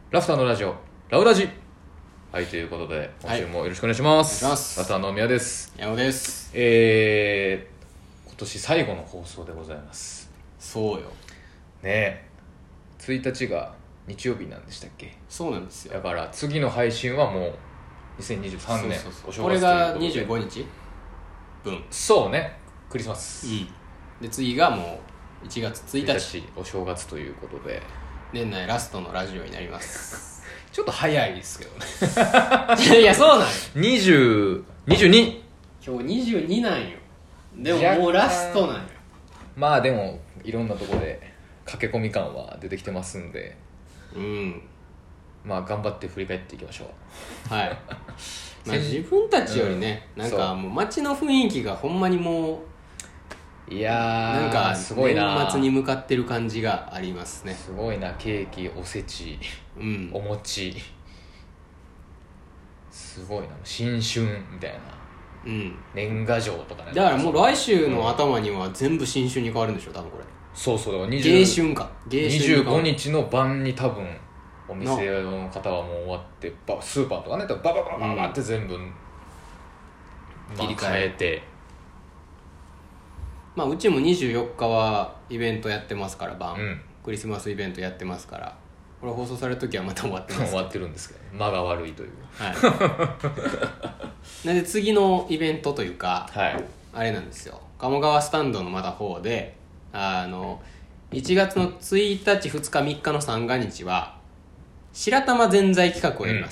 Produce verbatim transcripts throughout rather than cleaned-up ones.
ラフターのラジオラウラジ。はい、ということで今週もよろしくお願いします、 はい、お願いします。 ラフターの宮です。 山尾です。 えー、今年最後の放送でございます。 そうよねえ、ついたちが日曜日なんでしたっけ。 そうなんですよ。 だから次の配信はもうにせんにじゅうさんねんそうそうそう、 お正月これがにじゅうごにち分。 そうね、クリスマス、 うん、で次がもういちがつついたち、 お正月ということで年内ラストのラジオになりますちょっと早いですけどねいやそうなんよ、 にじゅう、にじゅうに今日にじゅうになんよ。でももうラストなんよ。 まあでもいろんなところで駆け込み感は出てきてますんで、 うん、 まあ頑張って振り返っていきましょう。 はいまあ自分たちよりね、うん、なんかもう街の雰囲気がほんまにもういやーなんかすごいな、 年末に向かってる感じがありますね。 すごいな、ケーキ、おせち、うん、お餅、すごいな、新春みたいな、うん、年賀状とかね。 だからもう来週の頭には全部新春に変わるんでしょ多分これ。 そうそう、だから迎春か、 迎春にじゅうごにちの晩に多分お店の方はもう終わって、スーパーとかね、バババババって全部、うん、切り替えて、 まあうちもにじゅうよっかはイベントやってますから晩、うん、クリスマスイベントやってますから、これ放送される時はまた終わってます終わってるんですけど、間が悪いという、 はい、なんで次のイベントというか、はい、あれなんですよ、鴨川スタンドのまた方で、あのいちがつのついたちふつかみっかの三が日は白玉ぜんざい企画をやります、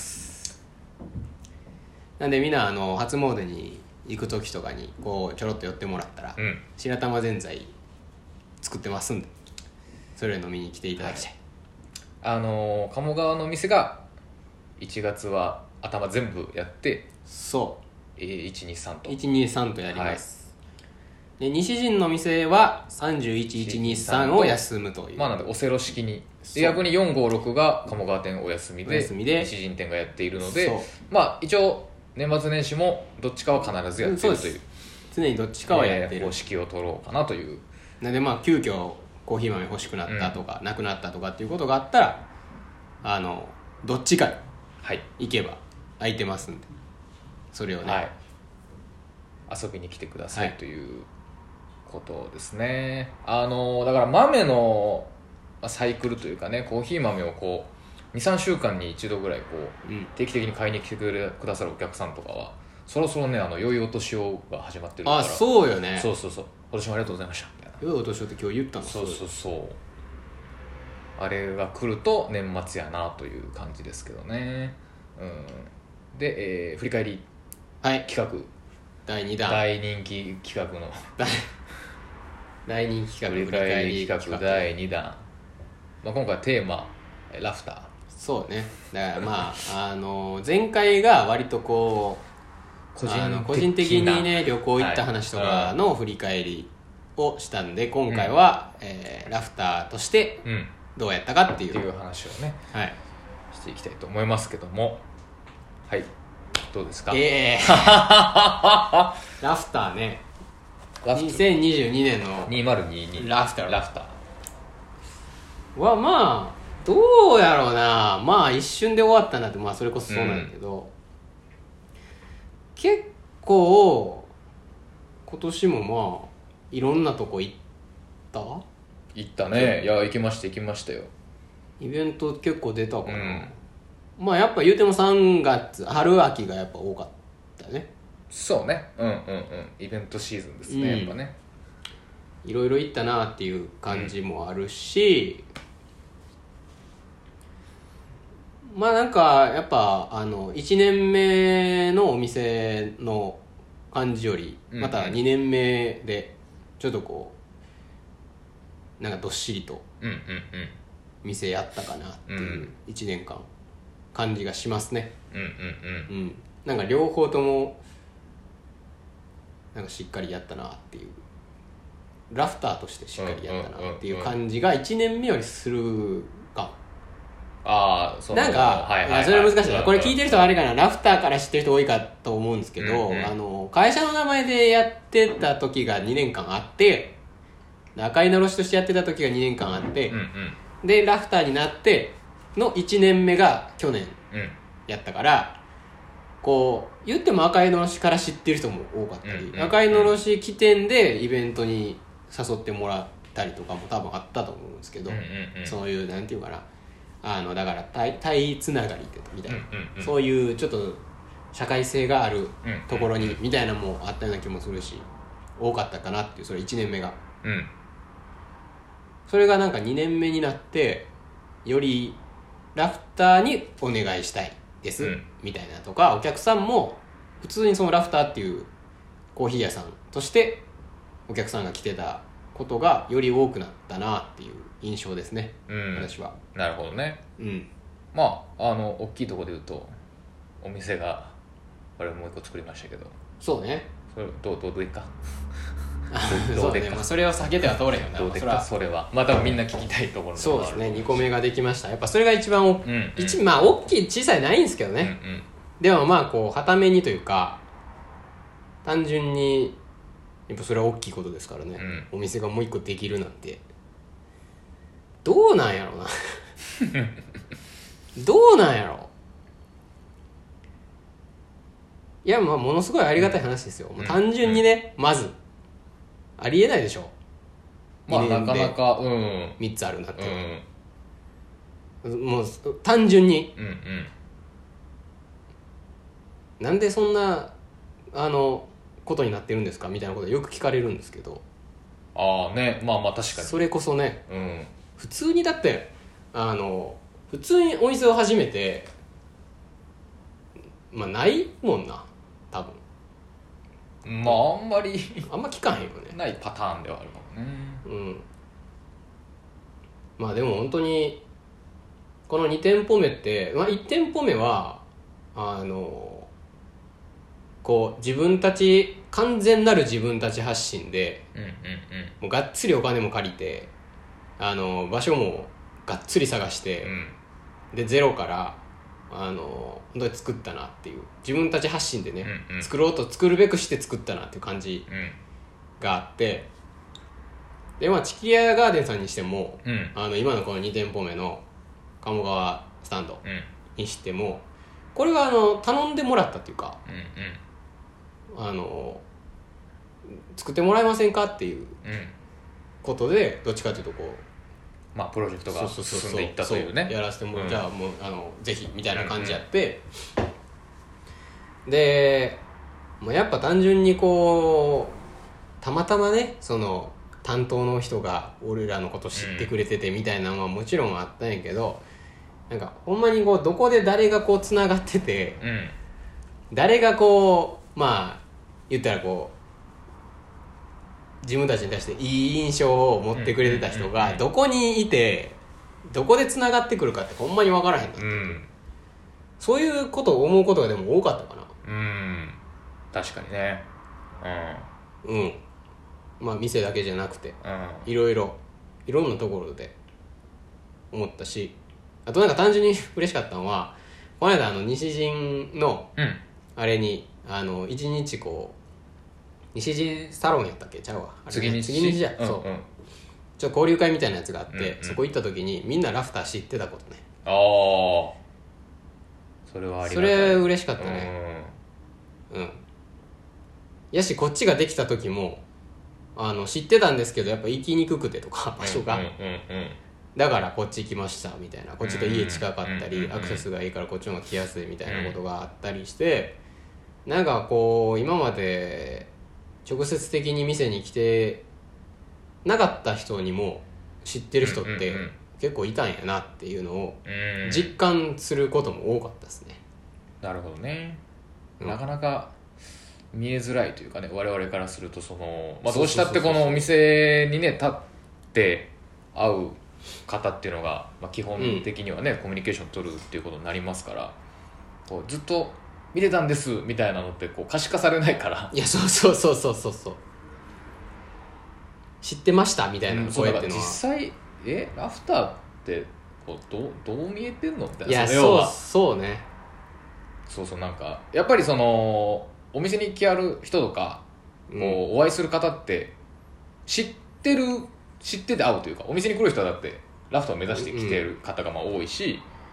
うん、なんでみんなあの初詣に行く時とかにこうちょろっと寄ってもらったら、うん、白玉ぜんざい作ってますんで、それを飲みに来ていただきたい、 はい、あのー、鴨川の店がいちがつは頭全部やって、 そう、 えー、いちにさんといちにさんとやります、はい、で西陣の店はさんじゅういち、いちにさんを休むという、 まあなんでオセロ式に、逆によんごろくが鴨川店お休みで、 休みで西陣店がやっているので、まあ一応年末年始もどっちかは必ずやっているという、 常にどっちかはやっている、 えー、方式を取ろうかなという。 なんでまあ急遽コーヒー豆欲しくなったとか、うん、なくなったとかっていうことがあったら、あのどっちか行けば空いてますんで、それをね、はい、 遊びに来てください、はい、ということですね。あのだから豆のサイクルというかね、コーヒー豆をこうにさんしゅうかんに一度ぐらいこう、うん、定期的に買いに来てくださるお客さんとかはそろそろね、あの良いお年をが始まってるから。 あ、そうよね。 そうそうそう、今年もありがとうございましたみたいな。 良いお年をって今日言ったの。 そうそうそう、あれが来ると年末やなという感じですけどね、うん、で、えー、振り返り、 はい、 企画だいにだん、 大人気企画の大人気企画、 振り返り企画だいにだん、まあ、今回テーマラフター。 そうね、だからまああの前回が割とこう個人あの個人的にね旅行行った話とかの振り返りをしたんで、今回は、うん、えー、ラフターとしてどうやったかっていう、 うん、っていう話をね、 はい、 していきたいと思いますけども、はい、どうですか。 えー、ラフターね、にせんにじゅうにねんのにせんにじゅうにラフターラフターはまあどうやろうな、まあ一瞬で終わったなって、まあそれこそそうなんだけど、うん、結構今年もまあいろんなとこ行った行ったね。いや行きました行きましたよ。 イベント結構出たかな、うん、まあやっぱ言うてもさんがつ春秋がやっぱ多かったね。 そうね、うんうんうん、イベントシーズンですね、うん、やっぱねいろいろ行ったなっていう感じもあるし、うん、まあなんかやっぱあのいちねんめのお店の感じよりまたにねんめでちょっとこうなんかどっしりと店やったかなっていういちねんかん感じがしますね。うんうんうん、うん、なんか両方ともなんかしっかりやったなっていう、ラフターとしてしっかりやったなっていう感じがいちねんめよりするか。 ああ、そうなんか、はいはいはい、それ難しいな。これ聞いてる人はあれかな、ラフターから知ってる人多いかと思うんですけど、うんうん、あの会社の名前でやってた時がにねんかんあって、赤いのろしとしてやってた時がにねんかんあって、うんうん、でラフターになってのいちねんめが去年うんやったから、こう言っても赤いのろしから知ってる人も多かったり、 うんうん、 赤いのろし起点でイベントに誘ってもらったりとかも多分あったと思うんですけど、 うんうんうん、 そういうなんていうかな、あのだから対対つながりみたいな、 うんうんうん、 そういうちょっと社会性があるところに、 うんうんうん、 みたいなのもあったような気もするし、多かったかなっていう、それいちねんめが、 うん、 それがなんかにねんめになってよりラフターにお願いしたいです、うん、みたいなとか、お客さんも普通にそのラフターっていうコーヒー屋さんとしてお客さんが来てたことがより多くなったなっていう印象ですね、 うん、 私は。 なるほどね。 うん、 まああの大きいところで言うとお店が我々もう一個作りましたけど、 そうね、 それどうどうどういっかそうね、まあ、それを避けては通れよな。 どうでかそれはまあ多分みんな聞きたいところそうですね、にこめができました。やっぱそれが一番お、うんうん、一まあ大きい小さいないんですけどね、うんうん、でもまあこうはためにというか単純にやっぱそれは大きいことですからね、うん、お店がもう一個できるなんてどうなんやろうなどうなんやろいや、まあものすごいありがたい話ですよ、うん、単純にね、うん、まずありえないでしょ、 まあなかなか、うん、 みっつあるなって、うん、もう単純に、 うんうん、 なんでそんなあのことになってるんですかみたいなことよく聞かれるんですけど、 ああね、まあまあ確かにそれこそね、 うん、 普通にだってあの普通にお店を始めてまあないもんな多分。 まああんまりあんま聞かへんよね、 ないパターンではあるかもね。 うんまあでも本当にこのに店舗目って、まあ、いち店舗目はあのこう自分たち完全なる自分たち発信で、 うんうんうん、 もうがっつりお金も借りてあの場所もがっつり探して、うん、でゼロからあの本当に作ったなっていう、自分たち発信でね、うんうん、作ろうと作るべくして作ったなっていう感じがあって、でまあチキヤガーデンさんにしても、うん、あの今のこのに店舗目の鴨川スタンドにしても、これはあの頼んでもらったっていうか、うんうん、あの作ってもらえませんかっていうことで、どっちかというとこう、 まあ、プロジェクトが進んでいったというね、 やらせてもらう、うん、じゃあもうあのぜひみたいな感じやって、うんうん、で、まあ、やっぱ単純にこうたまたまねその担当の人が俺らのこと知ってくれててみたいなのはもちろんあったんやけど、なんかほんまにこうどこで誰がこうつながってて、うん、誰がこうまあ言ったらこう自分たちに対していい印象を持ってくれてた人がどこにいてどこでつながってくるかってほんまに分からへんなって、うん、そういうことを思うことがでも多かったかな。 うん、確かにね。 うん、うん、まあ店だけじゃなくて、うん、いろいろいろんなところで思ったし、あとなんか単純に嬉しかったのはこの間あの西陣のあれに、うん、あの一日こう西陣サロンやったっけちゃうわあれ、ね、次西次西じゃ、うんうん、そうちょっと交流会みたいなやつがあって、うんうん、そこ行った時にみんなラフター知ってたことね。 ああそれはありがたい。 それ嬉しかったね。うん、うん、やしこっちができた時もあの知ってたんですけどやっぱ行きにくくてとか場所が、うんうんうんうん、だからこっち来ましたみたいな、こっちと家近かったり、うんうんうん、アクセスがいいからこっちの方が来やすいみたいなことがあったりして、うん、なんかこう今まで直接的に店に来てなかった人にも知ってる人って結構いたんやなっていうのを実感することも多かったですね。 なるほどね、うん、なかなか見えづらいというかね、我々からするとその、まあ、どうしたってこのお店にね立って会う方っていうのが、まあ、基本的にはね、うん、コミュニケーション取るっていうことになりますから、こうずっと見てたんですみたいなのってこう可視化されないから、 いやそうそうそうそうそうそう知ってましたみたいな声っていうのは、うん、 実際えラフターってこう ど, どう見えてんのみたいな。 いやそうそうねそうそう、なんかやっぱりそのお店に来ある人とか、うん、こうお会いする方って知ってる知ってて会うというか、お店に来る人はだってラフターを目指して来てる方がまあ多いし、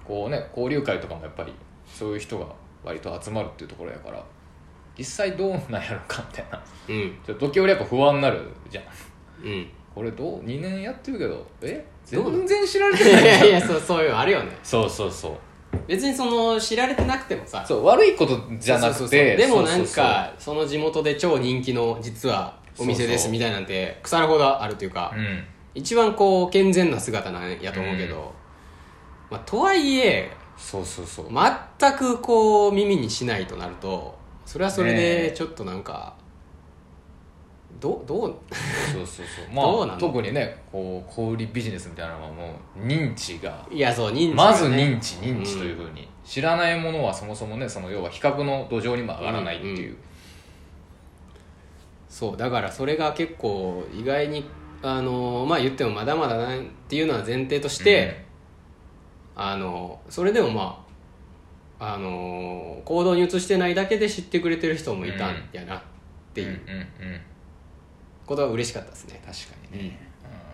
こうね交流会とかもやっぱりそういう人が割と集まるっていうところやから、実際どうなんやろかみたいな、うん、ちょっと時折やっぱ不安になるじゃん、うん、これどうにねんやってるけどえ全然知られてないいやいやそうそういうのあるよね。 そうそうそう、 別にその知られてなくてもさ、 そう悪いことじゃなくて、そうそうそうでもなんかその地元で超人気の実はお店ですみたいなんて腐るほどあるというか、うん、一番こう健全な姿なんやと思うけど、うん、まあ、とはいえそうそうそう全くこう耳にしないとなるとそれはそれでちょっとなんか、ね、どどうそうそうそうまあ特にねこう小売ビジネスみたいなのはもう認知がいやそう認知、ね、 まず認知認知というふうに、うん、知らないものはそもそもねその要は比較の土壌にも上がらないっていう、うんうん、 そうだからそれが結構意外にあのまあ言ってもまだまだなんっていうのは前提として、うん、あのそれでもまああの行動に移してないだけで知ってくれてる人もいたんやなっていうことは嬉しかったですね。 確かにね、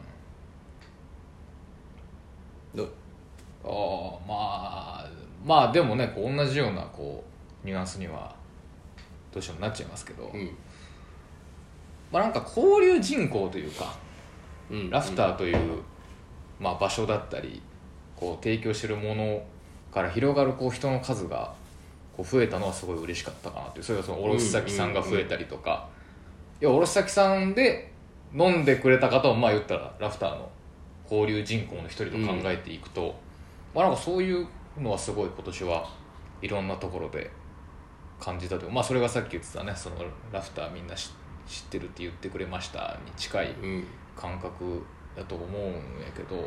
うん、どあまあまあでもねこう同じようなこうニュアンスにはどうしてもなっちゃいますけど、うん、まあなんか交流人口というか、うん、ラフターという、まあ、場所だったりこう提供してるものから広がるこう人の数がこう増えたのはすごい嬉しかったかなっていう。それはその卸先さんが増えたりとか、いや卸先さんで飲んでくれた方もまあ言ったらラフターの交流人口の一人と考えていくと、うん、まあなんかそういうのはすごい今年はいろんなところで感じたというか、まあそれがさっき言ってたねそのラフターみんな知ってるって言ってくれましたに近い感覚だと思うんやけど、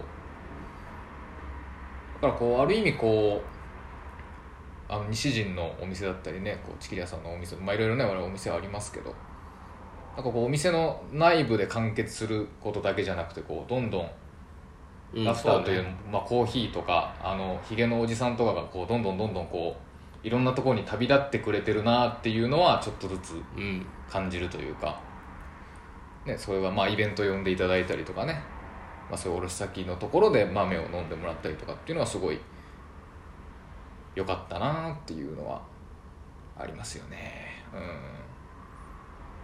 だからこうある意味こうあの西陣のお店だったりねこうチキリ屋さんのお店、まあいろいろね我々お店はありますけど、なんかこうお店の内部で完結することだけじゃなくてこうどんどんラフターという、うん、まあ、コーヒーとかあのヒゲのおじさんとかがこうどんどんどんどんこういろんなところに旅立ってくれてるなっていうのはちょっとずつ感じるというか、ね、それはまあイベント呼んでいただいたりとかね、まあ、そういう卸先のところで豆を飲んでもらったりとかっていうのはすごい良かったなっていうのはありますよね、うん、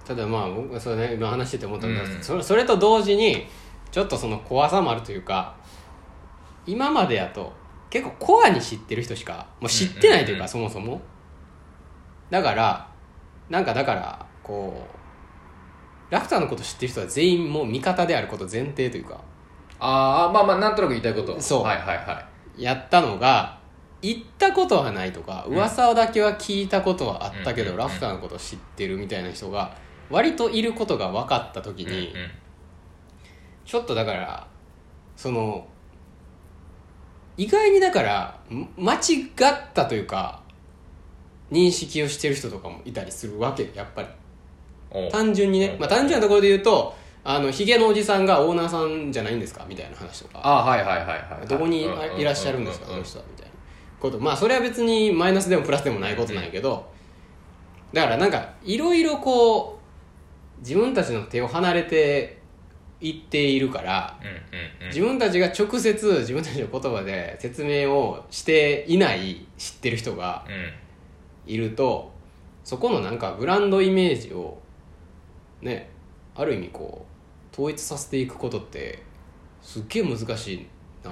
ただまあ僕はそれね今話してて思ったんですけど、うん、それ、それと同時にちょっとその怖さもあるというか、今までやと結構コアに知ってる人しかもう知ってないというか、うんうんうん、そもそもだからなんかだからこうラフターのこと知ってる人は全員もう味方であること前提というか、 ああまあまあなんとなく言いたいこと、 そう、 はいはいはい、 やったのが行ったことはないとか噂だけは聞いたことはあったけど、うん、ラフターのことを知ってるみたいな人が割といることが分かった時に、うんうん、ちょっとだからその意外にだから間違ったというか認識をしてる人とかもいたりするわけやっぱり単純にね、まあ、単純なところで言うとあのヒゲのおじさんがオーナーさんじゃないんですかみたいな話とか、 あはいはいはいはい、 どこにいらっしゃるんですかこの人はみたいなこと、まあそれは別にマイナスでもプラスでもないことなんやけど、だからなんかいろいろこう自分たちの手を離れていっているから、うんうんうん、自分たちが直接自分たちの言葉で説明をしていない知ってる人がいると、うん、そこのなんかブランドイメージをねある意味こう統一させていくことってすっげえ難しいなって、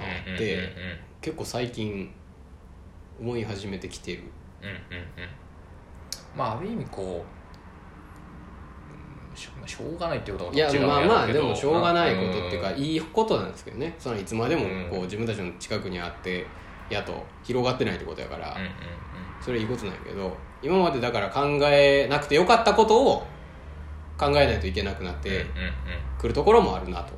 うんうんうんうん、結構最近思い始めてきてる、うんうんうん、 まあある意味こうしょうがないっていうことは違うけど、いやまあまあでもしょうがないことっていうか、うん、いいことなんですけどね、そのいつまでもこう自分たちの近くにあってやと広がってないってことやから、うんうんうん、それいいことなんやけど、今までだから考えなくてよかったことを考えないといけなくなってくるところもあるなと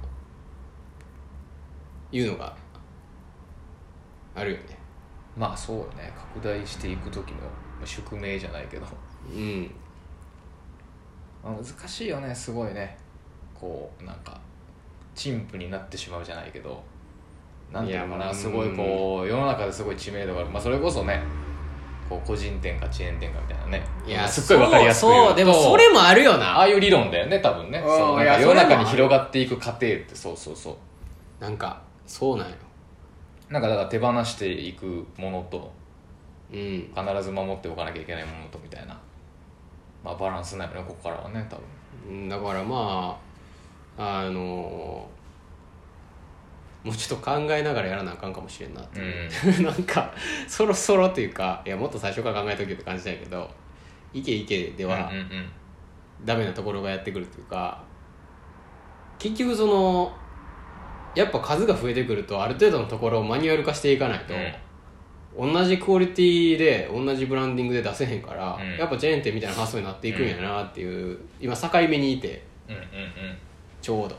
いうのがあるよね。 まあそうよね、拡大していく時の宿命じゃないけど、うん、まあ、難しいよね、すごいね、こうなんか陳腐になってしまうじゃないけど、なんていうのかな、すごいこう世の中ですごい知名度がある、まあ、それこそねこう個人店かチェーン店かみたいなね、 いやすっごい分かりやすく言うと、そうでもそれもあるよな、 ああいう理論だよね多分ね、そうなんか世の中に広がっていく過程って、そうそうそう、 なんかそうなんよ、 なんかだから手放していくものと、 うん、 必ず守っておかなきゃいけないものとみたいな、まあ、バランスないよねここからはね多分。 だからまああのもうちょっと考えながらやらなあかんかもしれんなっていう、うん、なんかそろそろっていうか、いやもっと最初から考えとけって感じだけど、イケイケではダメなところがやってくるっていうか、結局そのやっぱ数が増えてくるとある程度のところをマニュアル化していかないと、うん、同じクオリティで同じブランディングで出せへんから、うん、やっぱチェーン店みたいな発想になっていくんやなっていう、うん、今境目にいて、うんうんうん、ちょうど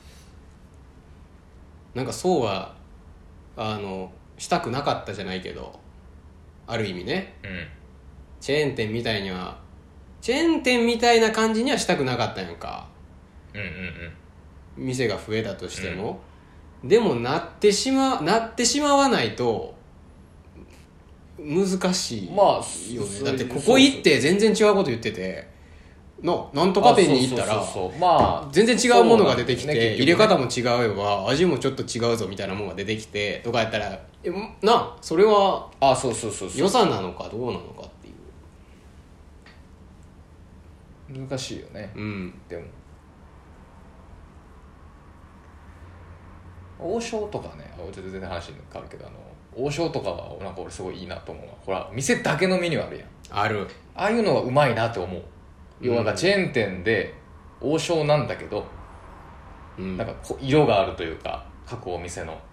なんかそうはあのしたくなかったじゃないけど、ある意味ね、うん、チェーン店みたいにはチェーン店みたいな感じにはしたくなかったんやんか、うんうんうん、店が増えたとしても、うん、でもなってしまなってしまわないと難しいよね、まあ、だってここ行って全然違うこと言っててのなんとか店に行ったら全然違うものが出てきて、ね、入れ方も違えば味もちょっと違うぞみたいなものが出てきてとかやったらなそれは良さなのかどうなのかっていう難しいよね、うん、でも王将とかね全然話に変わるけど、あの王将とかはなんか俺すごいいいなと思うわ。ほら店だけのメニューあるやん、 ある、 ああいうのがうまいなって思う。要はチェーン店で王将なんだけど、うん、なんか色があるというか各お店の、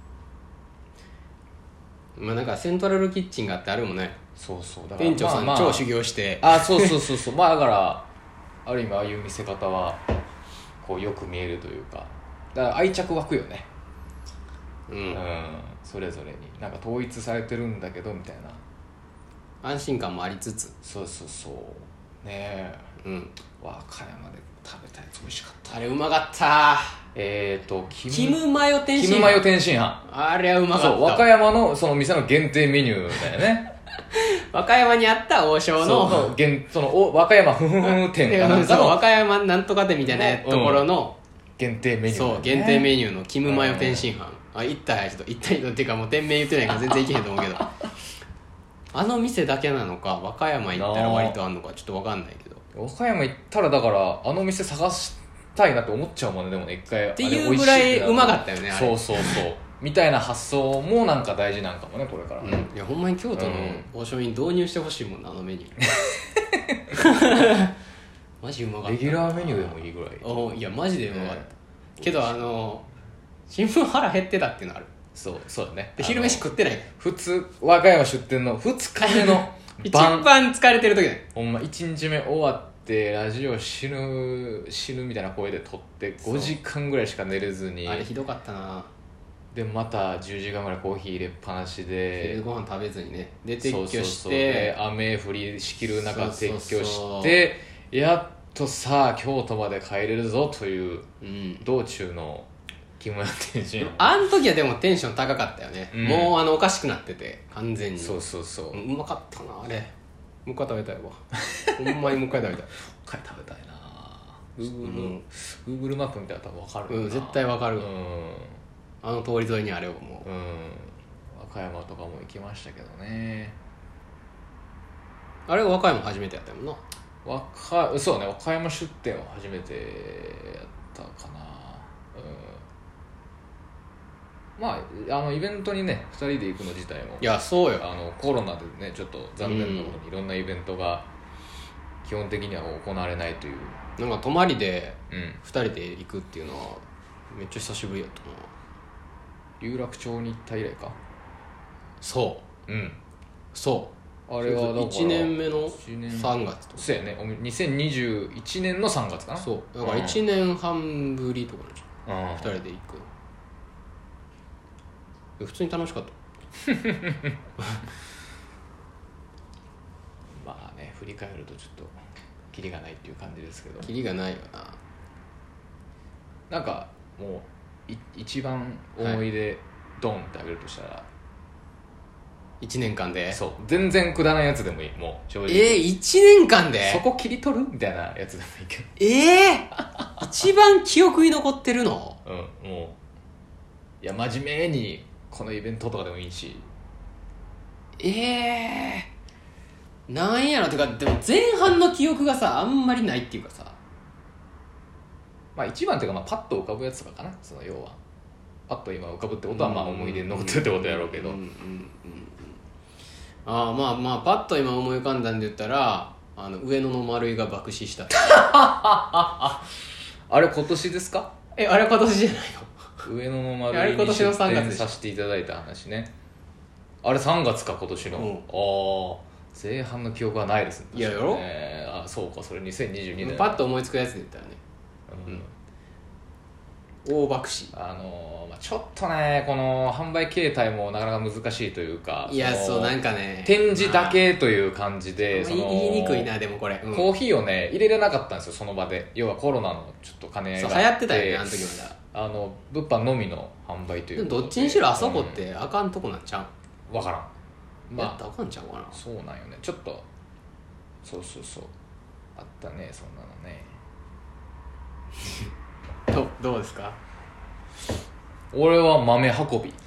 まあなんかセントラルキッチンがあってあるもんね。 そうそう、 だから店長さん、まあまあ、超修行してあそうそうそうそうまあだからある意味ああいう見せ方はこうよく見えるというか、だから愛着湧くよね、うん、うん、それぞれになんか統一されてるんだけどみたいな安心感もありつつ、 そうそうそうねえ、うん、和歌山で食べたやつ美味しかった。 あれうまかった。 えーとキム、キムマヨ天津飯、 キムマヨ天津飯、 あれはうまかった。 そう和歌山のその店の限定メニューだよね和歌山にあった王将のその現そのお和歌山ふふふ店かなんかの和歌山なんとか店みたいなところの、 うん、限定メニュー、ね、 そう限定メニューのキムマヨ天津飯、あ行った人行った人っていうかもう店名言ってないから全然行けへんと思うけどあの店だけなのか和歌山行ったら割とあんのかちょっと分かんないけど、 和歌山行ったらだからあの店探したいなって思っちゃうもんね。でもね一回っていうぐらいうまかったよねあれ。 そうそうそうみたいな発想もなんか大事なんかもねこれからね、 うん、いやほんまに京都の王将に導入してほしいもんな、あのメニューマジうまかった。 レギュラーメニューでもいいぐらい。 おいやマジでうまかった、ね、けどあの新聞腹減ってたっていうのある。 そうそうだね。 で昼飯食ってない普通和歌山出店のふつかめの晩一番疲れてる時だよほんまいちにちめ終わってラジオ死ぬ死ぬみたいな声で撮ってごじかんぐらいしか寝れずに、 あれひどかったな。 でまたじゅうじかんぐらいコーヒー入れっぱなしで昼ご飯食べずにねで撤去して、そうそうそうで雨降りしきる中撤去して、そうそうそうやっとさあ京都まで帰れるぞという道中の木村天心、 あん時はでもテンション高かったよね、うん、もうあのおかしくなってて完全に。 そうそうそう、 うまかったなあれ。もう一回食べたいわほんまにもう一回食べたいもう一回食べたいな。 Google、うん、Google マップ見たら多分分かるな、 うん、絶対分かる、うん、あの通り沿いにあれをもう、うん、 和歌山とかも行きましたけどね。 あれが和歌山初めてやったもんな。 和歌そうね和歌山出店は初めてやったかな。まあ、あのイベントにねふたりで行くの自体もいやそうよあのコロナでねちょっと残念なことにいろんなイベントが基本的には行われないという、 なんか泊まりでふたりで行くっていうのはめっちゃ久しぶりやったな。 有楽町に行った以来か。 そううんそうあれはだからいちねんめのさんがつとかそうやねにせんにじゅういちねんのさんがつかな。 そうだからいちねんはんぶりとかなんじゃんふたりで行く。普通に楽しかったまあね振り返るとちょっとキリがないっていう感じですけど。 キリがないよな。 なんかもうい一番思い出ドンってあげるとしたら、はい、 いちねんかんで。 そう全然くだらないやつでもいい。もう正直えー、いちねんかんでそこ切り取るみたいなやつでもいいけどえー、一番記憶に残ってるのうんもういや真面目にこのイベントとかでもいいし。 ええー、なんやろ。てかでも前半の記憶がさあんまりないっていうかさ、 まあ一番っていうかまあパッと浮かぶやつとかかな。その要はパッと今浮かぶってことはまあ思い出に残ってるってことやろうけど、うんうんうんうん、 ああまあまあパッと今思い浮かんだんで言ったら、あの上野の丸井が爆死したあれ今年ですか？ え、あれ今年じゃないの？ 上野の丸井に出店させていただいた話ね。あれさんがつか今年の、うん、ああ前半の記憶はないですね。 いややろ、 あそうか、それにせんにじゅうにねんパッと思いつくやつで言ったらね、うん、大爆死。 あのーまあ、ちょっとねこの販売形態もなかなか難しいというか、 いやそうなんかね展示だけという感じで、 その言いにくいな。でもこれ、 うん、コーヒーをね入れれなかったんですよその場で。要はコロナのちょっと兼ね合いがあって、 そう流行ってたよねあの時まだ。 あの物販のみの販売という。 でもどっちにしろあそこってあかんとこなんちゃう？ 分からん、 まあ、やったらあかんちゃうかな。 そうなんよね。ちょっとそうそうそうあったねそんなのねど, どうですか？ 俺は豆運び。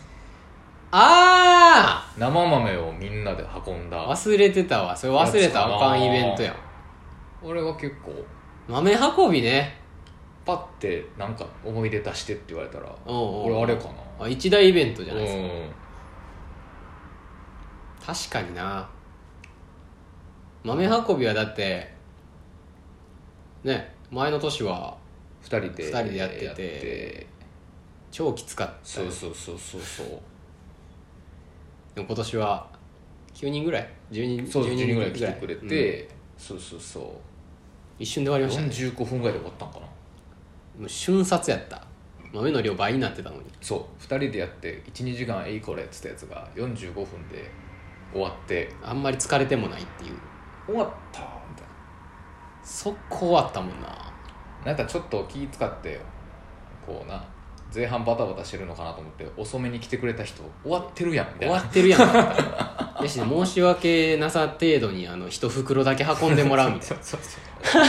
ああ生豆をみんなで運んだ。 忘れてたわ。それ忘れたらあかんイベントやん。 俺は結構豆運びね。 パッてなんか思い出出してって言われたら、 おうおう俺あれかな。 あ一大イベントじゃないですか。 うん、 確かにな。豆運びはだってね、前の年はふたりでふたりでやってて、て超きつかった。 そうそうそうそうそう。 でも今年はきゅうにんぐらいじゅうにんそうじゅうにんぐらい来てくれて、うん、そうそうそう一瞬で終わりましたね。 よんじゅうごふんぐらいで終わったんかな。 もう瞬殺やった。豆の量倍になってたのに。 そうふたりでやっていちにじかんえいこれっつったやつがよんじゅうごふんで終わって、 あんまり疲れてもないっていう。 終わったみたいな。 速攻終わったもんな。 なんかちょっと気使ってこうな前半バタバタしてるのかなと思って遅めに来てくれた人終わってるやんみたいな。 終わってるやんやし申し訳なさ程度にあの一袋だけ運んでもらうみたいなそうそう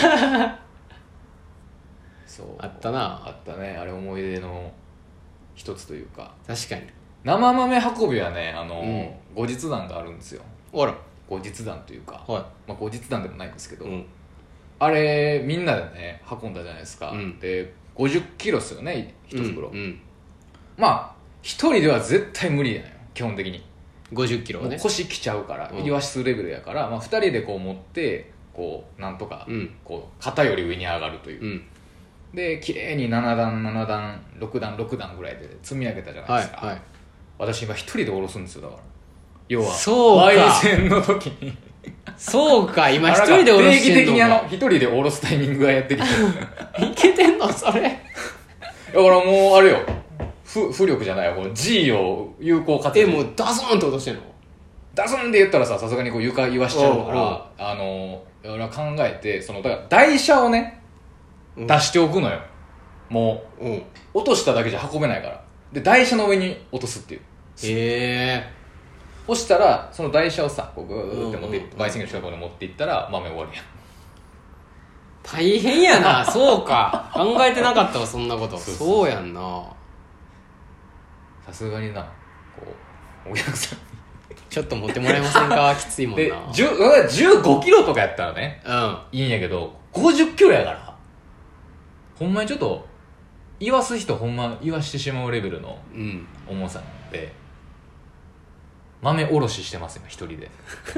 そうあったな。 あったね。あれ思い出の一つというか。 確かに生豆運びはねあの、うん、後日談があるんですよ。 あら後日談というか、 はい、 まあ、後日談でもないんですけど、 うん、 あれみんなでね運んだじゃないですか、 うん、 でごじゅっキロっすよね一袋、 うんうん、 まあ一人では絶対無理やんよ基本的に。 ごじゅっキロはね腰きちゃうから、 うん、 イワシ数レベルやから、まあ、ふたりでこう持ってこうなんとか、うん、こう肩より上に上がるという、うん、で綺麗にななだんななだんろくだんろくだんぐらいで積み上げたじゃないですか、 はいはい、 私今一人で下ろすんですよ。だから要はそうか焙煎の時にそうか今一人で下ろしてんのか。 定期的にあの一人で下ろすタイミングがやってきていけてんのそれ。だからもうあれよふ浮力じゃないよこの G を有効活用。 えもうダソーンって落としてんの。 ダソンで言ったらささすがにこう床言わしちゃうからあの俺は考えてそのだから台車をね、うん、出しておくのよ。もう、うん、落としただけじゃ運べないからで台車の上に落とすっていう。 へえ。 そしたらその台車をさこうグーって持って焙煎機の近くまで持っていったら豆終わるやん。 大変やなそうか考えてなかったわそんなこと。そうそうそうやんな。 さすがになこうお客さんちょっと持ってもらえませんかきついもんな。 でじゅうごキロとかやったらね、 うん、 いいんやけどごじゅっキロやからほんまにちょっと言わす人ほんま言わしてしまうレベルの重さなんで、うん、豆おろししてます今一人で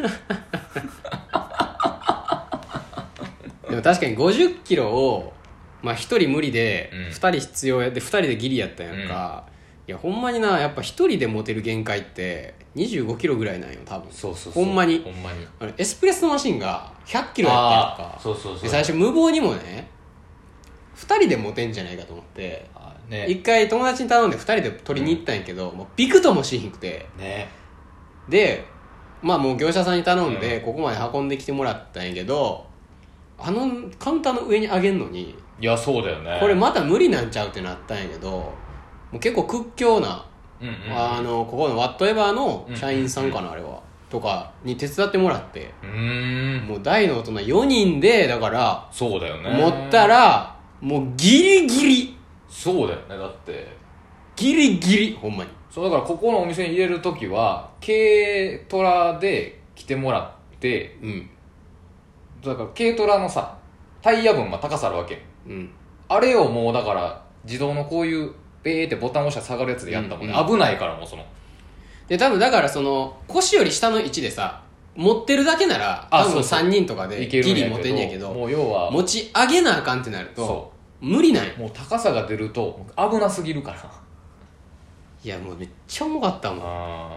でも確かにごじゅっキロをまあひとり無理でふたり必要やでふたりでギリやったやんか、うん、いやほんまになやっぱひとりで持てる限界ってにじゅうごキロぐらいなんよ多分。 そうそうそうほんまにほんまにあれエスプレッソマシンがひゃっキロやったやんか。 そうそうそう。 で最初無謀にもねふたりで持てんじゃないかと思って一、ね、回友達に頼んでふたりで取りに行ったんやけど、うん、もうビクともしひんくて、 ね、 でまあもう業者さんに頼んでここまで運んできてもらったんやけど、あのカウンターの上にあげんのにいやそうだよねこれまた無理なんちゃうってなったんやけど、もう結構屈強な、 うんうんうん、 あのここのワットエバーの社員さんかな、うんうんうん、あれはとかに手伝ってもらって、 うーんもう大の大人よにんでだからそうだよね持ったらもうギリギリそうだよねだってギリギリほんまにそうだからここのお店に入れるときは軽トラで来てもらって、 うん、 だから軽トラのさタイヤ分まあ高さあるわけ、 うん、 あれをもうだから自動のこういうベーってボタン押したら下がるやつでやったもんね、 うんうん、 危ないからもうそので多分だからその腰より下の位置でさ持ってるだけなら多分さんにんとかでギリ持てんねやけど、 もう要は持ち上げなあかんってなると無理ない。 もう高さが出ると危なすぎるから。 いやもうめっちゃ重かったもん。 あ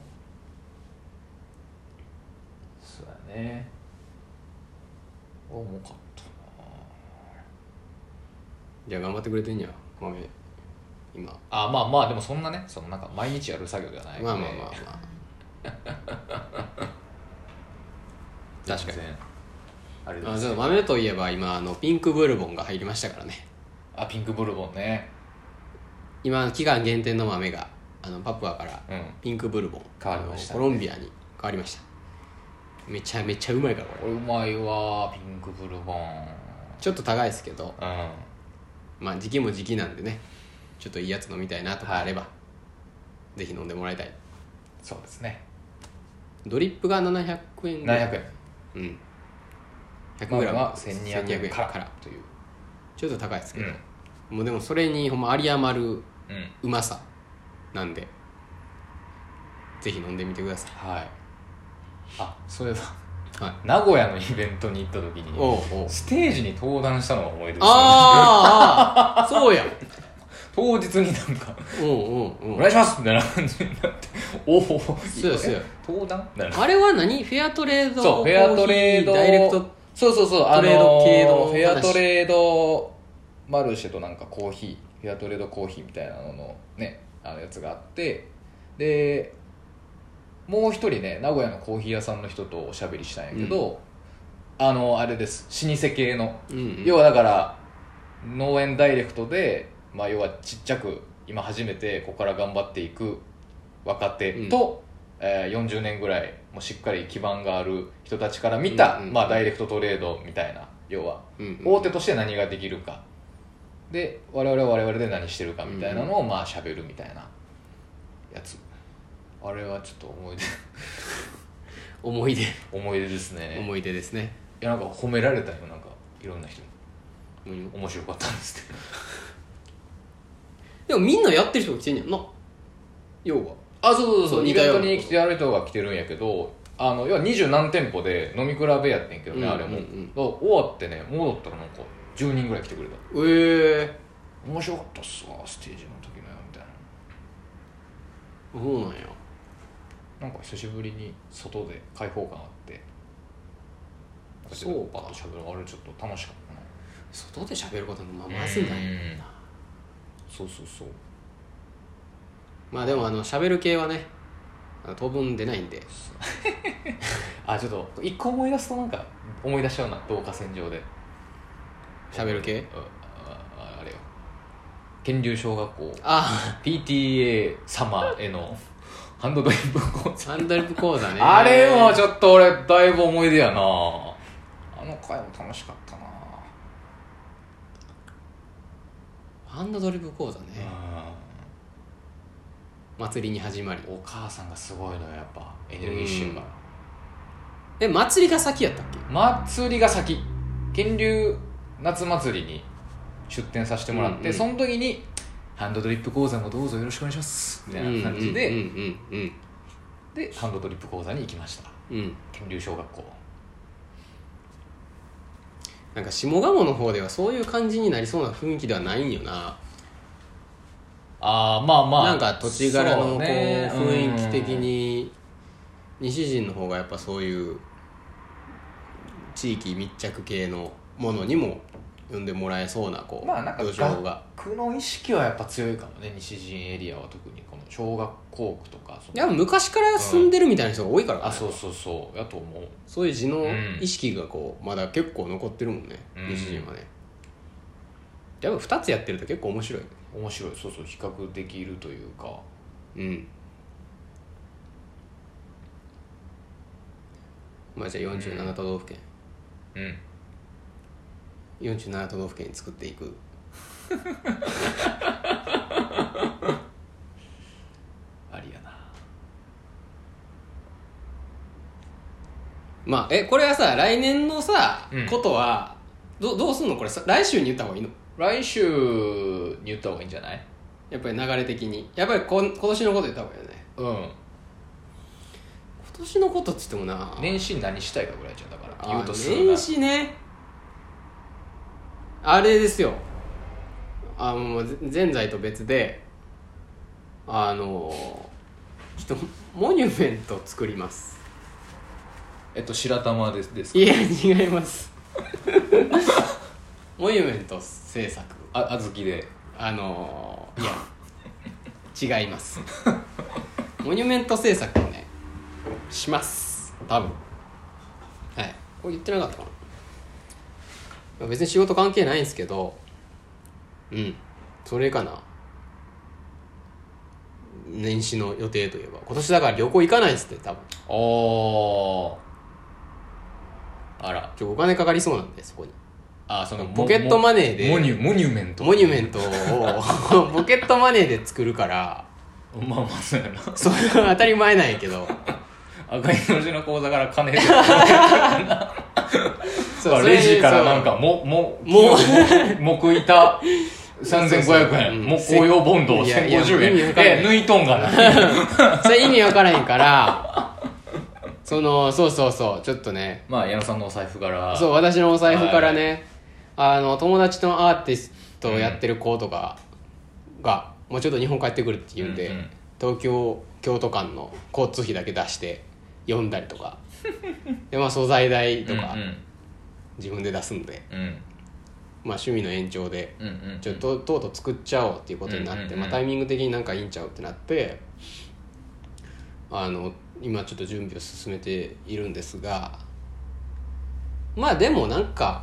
そうだね、重かったな。 じゃあ頑張ってくれてんや豆今。 あまあまあでもそんなねそのなんか毎日やる作業ではないので、 まあまあまあまあ確かにあれです、ね、あちょっと豆といえば今あのピンクブルボンが入りましたからね。 あピンクブルボンね、 今期間限定の豆があのパプアからピンクブルボン、うん、 変わりました、 ね、コロンビアに変わりました。めちゃめちゃうまいからこれうまいわピンクブルボン。 ちょっと高いですけど、 うん、 まあ時期も時期なんでねちょっといいやつ飲みたいなとかあれば、はい、ぜひ飲んでもらいたい。 そうですね。 ドリップがななひゃくえんぐらい。 ななひゃくえん、うん、 ひゃくグラムはせんにひゃくえんからというちょっと高いですけど、うん、もうでもそれにほんま有り余るうんうまさなんで、ぜひ飲んでみてください。 はい。あそういえば、 はい、 名古屋のイベントに行った時におうおうステージに登壇したのが思い出です、ね、 ああそうや当日になんかおうおうおうお願いしますみたいな感じになっておおそうやそうや登壇あれは何フェアトレードそうフェアトレードダイレクトそうそうそうトレード系のフェアトレードマルシェとなんかコーヒーフェアトレードコーヒーみたいなののねあのやつがあって、でもう一人ね名古屋のコーヒー屋さんの人とおしゃべりしたんやけど、うん、あのあれです老舗系の、 うんうん、 要はだから農園ダイレクトで、まあ、要はちっちゃく今初めてここから頑張っていく若手と、うんえー、よんじゅうねんぐらいもうしっかり基盤がある人たちから見た、うんうんまあ、ダイレクトトレードみたいな、要は大手として何ができるかで我々は我々で何してるかみたいなのをまあ喋るみたいなやつ。あれはちょっと思い出思い出思い出ですね。 思い出ですね。 いやなんか褒められたよなんかいろんな人に、 うん、 面白かったんですけどでもみんなやってる人が来てんやんな要は。 あそうそうそうイベントに来てある人が来てるんやけど、あの要は二十何店舗で飲み比べやってんけどね、うんうんうん、あれも終わってね戻ったらなんかじゅうにんぐらい来てくれた。 ええー、面白かったっすわステージの時のよみたいな。そうなんや。 なんか久しぶりに外で開放感あってそうパッと喋るあれちょっと楽しかったな。 外で喋ることもまあまずないもんな。 そうそうそう。 まあでもあの喋る系はね当分出ないんであちょっと一個思い出すとなんか思い出しちゃうな導火線上で喋る系あ, あ, あれよ天竜小学校あピーティーエー 様へのハンドドリップ講座ハンドドリップ講座ねあれもちょっと俺だいぶ思い出やな。あの回も楽しかったな。 ハンドドリップ講座ね、祭りに始まりお母さんがすごいのよやっぱエネルギッシュから。 え祭りが先やったっけ。 祭りが先天竜夏祭りに出店させてもらって、うんうん、その時にハンドドリップ講座もどうぞよろしくお願いしますみたいな感じで、でハンドドリップ講座に行きました、うん、天竜小学校。 なんか下鴨の方ではそういう感じになりそうな雰囲気ではないんよな。 あーまあまあなんか土地柄のこう雰囲気的に西陣の方がやっぱそういう地域密着系のものにも呼んでもらえそうなこう、 まあなんか土壌が学の意識はやっぱ強いかもね西陣エリアは。特にこの小学校区とかいや昔から住んでるみたいな人が多いからね、 うん、あそうそうそうやと思う。 そういう地の意識がこうまだ結構残ってるもんね、うん、西陣はね。やっぱふたつやってると結構面白い。 面白いそうそう比較できるというか。 うんまあじゃあよんじゅうなな都道府県うんよんじゅうなな都道府県に作っていくまあえこれはさ来年のさ、 うんことはどどうすんのこれさ来週に言った方がいいの？ 来週に言った方がいいんじゃない？ やっぱり流れ的にやっぱりこ今年のこと言った方がいいよね。 うん今年のことっつってもな年始何したいかぐらいじゃんだから言うとするな。年始ねあれですよあもうぜんざいと別であのちょっとモニュメント作ります。 えっと白玉ですですか？ いや違いますモニュメント制作あ小豆であのいや違いますモニュメント制作をねします多分。はいこれ言ってなかったかな。別に仕事関係ないんですけどうんそれかな。年始の予定といえば今年だから旅行行かないっすって多分。 おあらちょお金かかりそうなんでそこにあそのポケットマネーでモニュモニュメントモニュメントをポケットマネーで作るからまあまあそうやなそれは当たり前なんやけど赤いの字の口座から金でそうレジからなんかもももう木板さんぜんごひゃくえん木工用ボンドせんごじゅうえんえ抜いとんがなそれ意味わからへんからそのそうそうそうちょっとねまあ矢野さんのお財布からそう私のお財布からね、はい、あの友達のアーティストをやってる子とかが、うん、もうちょっと日本帰ってくるって言うんで、うんうん、東京京都間の交通費だけ出して読んだりとかで、まあ、素材代とか自分で出すんで、 うんうんまあ、趣味の延長で、 うんうんうん、 ちょっととうとう作っちゃおうっていうことになって、うんうんうんまあ、タイミング的になんかいいんちゃうってなってあの今ちょっと準備を進めているんですがまあでもなんか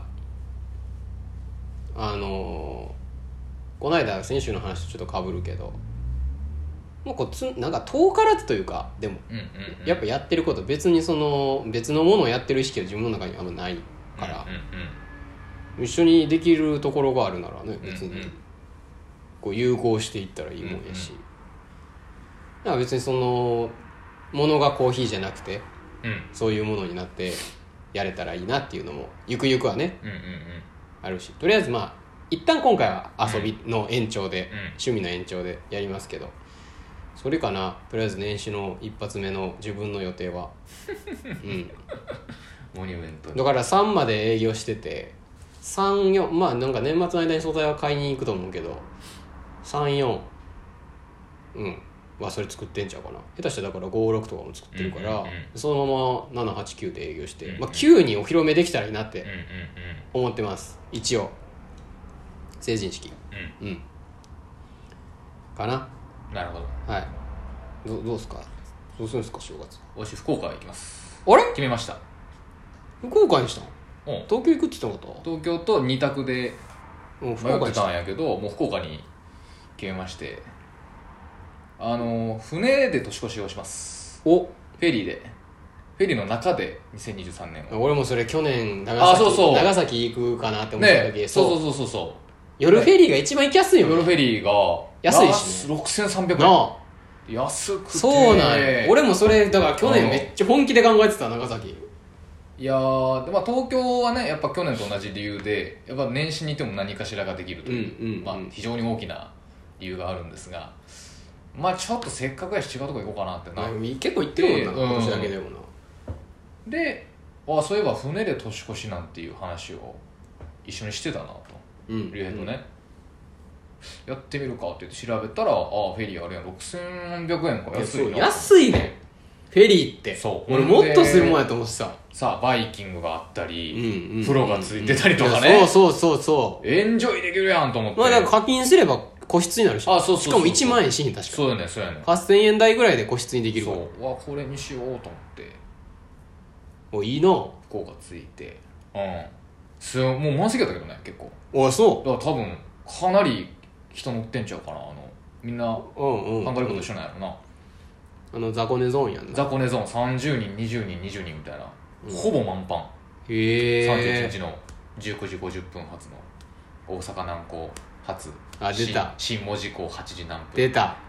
あのこの間先週の話とちょっと被るけどもうこうつなんか遠からずというかでも、うんうんうん、やっぱやってること別にその別のものをやってる意識は自分の中にあんまないから、うんうんうん、一緒にできるところがあるならね別にこう融合していったらいいもんやし、うんうん、だから別にそのものがコーヒーじゃなくて、うん、そういうものになってやれたらいいなっていうのもゆくゆくはね、うんうんうん、あるしとりあえずまあ一旦今回は遊びの延長で、うん、趣味の延長でやりますけどそれかなとりあえず年始の一発目の自分の予定は、うん、 モニュメントだからさんまで営業しててさん、よんまあなんか年末の間に素材は買いに行くと思うけどさん、よんうんはそれ作ってんちゃうかな下手したらだからご、ろくとかも作ってるから、うんうんうん、そのままなな、はち、きゅうで営業して、うんうんまあ、きゅうにお披露目できたらいいなって思ってます一応成人式うん、うん、かななるほどはいどどうすかどうするんですか正月私福岡行きますあれ決めました福岡にしたの東京行くって言ってなかった東京とに択で迷ってたんやけどもう福岡に決めましてあの船で年越しをしますおフェリーでフェリーの中でにせんにじゅうさんねんを俺もそれ去年長崎、そうそう長崎行くかなって思った時、 ね、そうそうそうそう夜フェリーが一番行きやすいよね夜フェリーが安いし、ね、 ろくせんさんびゃくえんなあ安くてそうなんや俺もそれだから去年めっちゃ本気で考えてた長崎いやー、まあ、東京はねやっぱ去年と同じ理由でやっぱ年始にいても何かしらができるという、うんうんうんまあ、非常に大きな理由があるんですがまあちょっとせっかくやし違うとこ行こうかなってな結構行ってるもんな今年だけでもなであそういえば船で年越しなんていう話を一緒にしてたなと竜兵、うん、とね、うん、やってみるかって言って調べたらあフェリーあれやろくせんなんびゃくえんか安いな安いねフェリーってそう俺もっとするもんやと思ってたさあバイキングがあったり、うんうん、風呂がついてたりとかね、 うん、そうそうそうそうエンジョイできるやんと思って、 まあ、だから課金すれば個室になるしあそうそうそうそうしかもいちまんえんしん確かそうやねそうやねはっせんえん台ぐらいで個室にできるからそうわこれにしようと思っておいいな福岡ついてうんすもう満席やったけどね結構あそうだから多分かなり人乗ってんちゃうかなあのみんな考えること一緒なんやろな、うんあの雑魚寝ゾーンやんな雑魚寝ゾーンさんじゅうにんにじゅうにんにじゅうにんみたいな、うん、ほぼ満帆へえさんじゅういちにちのじゅうくじごじゅっぷん発の大阪南港発あ出た新門司港はちじ何分出た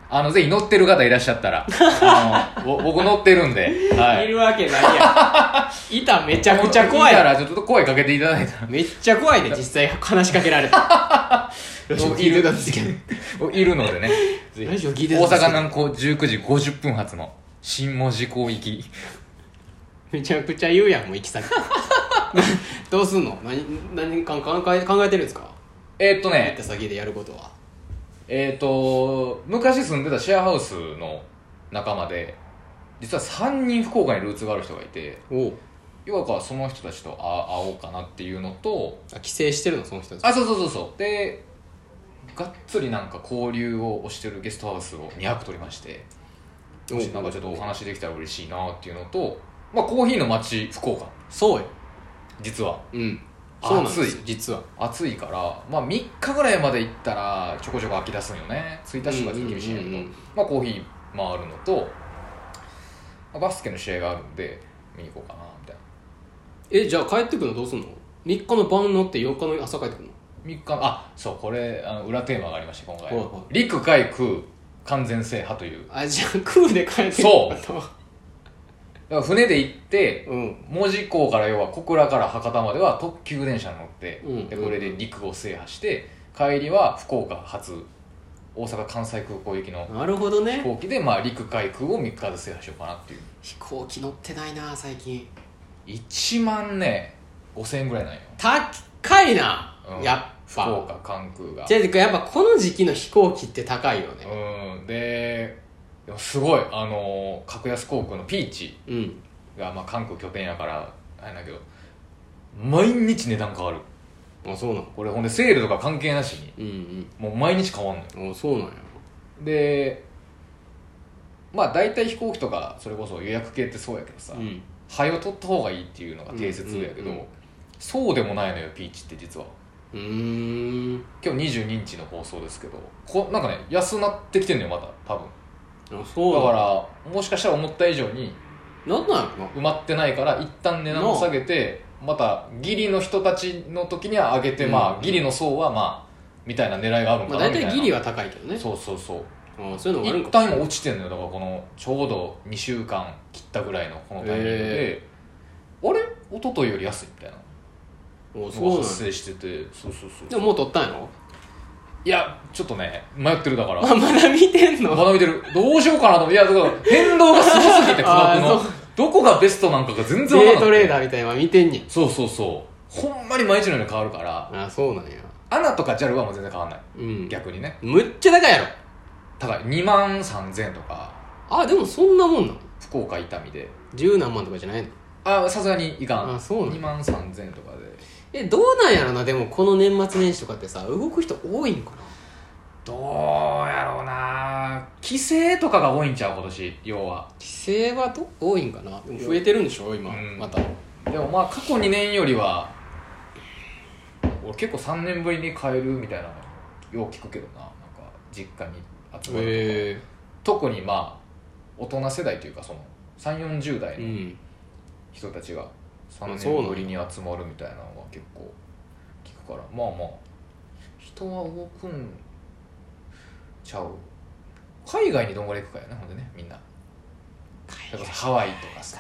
あのぜひ乗ってる方いらっしゃったらあの僕乗ってるんで、 はい、いるわけないやんいためちゃくちゃ怖いいたらちょっと声かけていただいたらめっちゃ怖いで実際話しかけられたラジオ聞いてたんですけどいるのでねラジオ聞いてたんですけど大阪南港じゅうくじごじゅっぷん発の新門司港行きめちゃくちゃ言うやんもう行き先どうすんの何何か考え考えてるんですかえー、っとね行った先でやることはえー、っと昔住んでたシェアハウスの仲間で実はさんにん福岡にルーツがある人がいてお要はその人たちと会おうかなっていうのとあ帰省してるのその人たちあそうそうそうそうでがっつりなんか交流をしてるゲストハウスをにはく取りましてもしなんかちょっとお話できたら嬉しいなっていうのと、まあ、コーヒーの街福岡そうよ実はうんそうなんです暑い実は暑いから、まあ、みっかぐらいまで行ったらちょこちょこ飽き出すんよねついたしが厳しいんやけど、まあ、コーヒー回るのと、まあ、バスケの試合があるんで見に行こうかなみたいなえじゃあ帰ってくるのどうすんのみっかの晩乗ってよっかの朝帰ってくるのみっかあそうこれあの裏テーマがありまして今回、 はいはい、 陸海空完全制覇というあじゃあ空で帰ってくるそうだから船で行って、 うん、 門司港から要は小倉から博多までは特急電車に乗って、 うん、 でこれで陸を制覇して帰りは福岡発大阪関西空港行きのなるほどね飛行機で、まあ、陸海空をみっかで制覇しようかなっていう飛行機乗ってないな最近いちまんねごせんえんぐらいなんよ高いな、うん、やっぱ福岡関空がじゃあやっぱこの時期の飛行機って高いよねうんででもすごいあの格安航空のピーチが、まあ、関空拠点やからあれだけど毎日値段変わるあそうなのこれほんでセールとか関係なしに、 うんうん、 もう毎日変わんのよあそうなんやでまあ大体飛行機とかそれこそ予約系ってそうやけどさ、うん、早よ取った方がいいっていうのが定説やけど、うんうんうん、そうでもないのよピーチって実はうーん今日にじゅうににちの放送ですけどこなんかね安なってきてんのよまた多分あそうだからもしかしたら思った以上になんなんやろな埋まってないから一旦値段を下げてまたギリの人たちの時には上げて、うん、まあギリの層はまあみたいな狙いがあるのかなみたいな、まあ、 大体ギリは高いけどねそうそうそうあそういうのがあるんか一旦今落ちてんのよだからこのちょうどにしゅうかん切ったぐらいのこのタイミングで、えー、あれ一昨日より安いみたいなおそうなん発生しててそうそうそうでももう取ったんやろいやちょっとね迷ってるだからまだ見てんのまだ見てるどうしようかなといやだから変動がすごすぎて価格のどこがベストなんかが全然分からなくてデイトレーダーみたいなの見てんねんそうそうそうほんまに毎日のように変わるからあそうなんやアナとか ジャル はもう全然変わんない、 うん、 逆にねむっちゃ高いやろ高いにまんさんぜんえんとかあでもそんなもんなの福岡伊丹で十何万とかじゃないのあさすがにいかんあそうなんにまんさんぜんえんとかでえどうなんやろなでもこの年末年始とかってさ動く人多いんかなどうやろうな帰省とかが多いんちゃう今年要は帰省はど多いんかなでも増えてるんでしょ今、うん、またでもまあ過去にねんよりは俺結構さんねんぶりに帰るみたいなのよう聞くけどななんか実家に集まるとか、えー、特にまあ大人世代というかそのさんじゅうよんじゅう代の人たちがさんねんぶりに集まるみたいなのは結構聞くからまあまあ人は動くんちゃう海外にどんぐらい行くかやねほんでねみんなだからハワイとかさ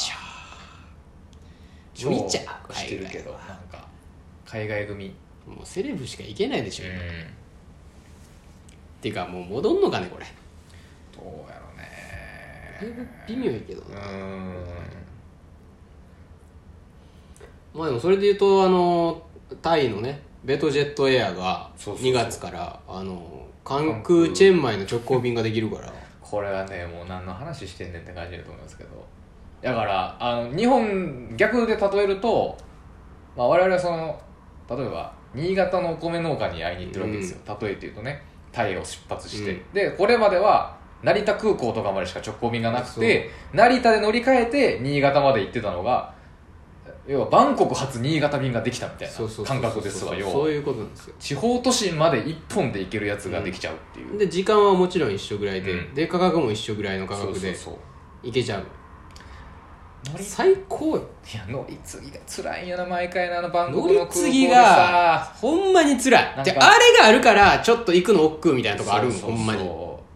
超見ちゃうしてるけどなんか海外組もうセレブしか行けないでしょ、うん、っていうかもう戻んのかねこれどうやろうねだいぶ微妙やけどなうんまあでもそれで言うとあのタイのねベトジェットエアがにがつからあの関空チェンマイの直行便ができるからこれはねもう何の話してんねんって感じだと思いますけどだからあの日本逆で例えると、まあ、我々はその例えば新潟のお米農家に会いに行ってるわけですよ、うん、例えて言うとねタイを出発して、うん、でこれまでは成田空港とかまでしか直行便がなくて成田で乗り換えて新潟まで行ってたのが要はバンコク発新潟便ができたみたいな感覚ですわ要はそういうことなんですよ地方都心までいっぽんで行けるやつができちゃうっていう、 うん、で時間はもちろん一緒ぐらいで、うん、で価格も一緒ぐらいの価格で行けちゃう最高よいや乗り継ぎが辛いんやな毎回なあのバンコクの空港でさ乗り継ぎがほんまに辛いじゃああれがあるからちょっと行くの億劫みたいなとこあるんほんまに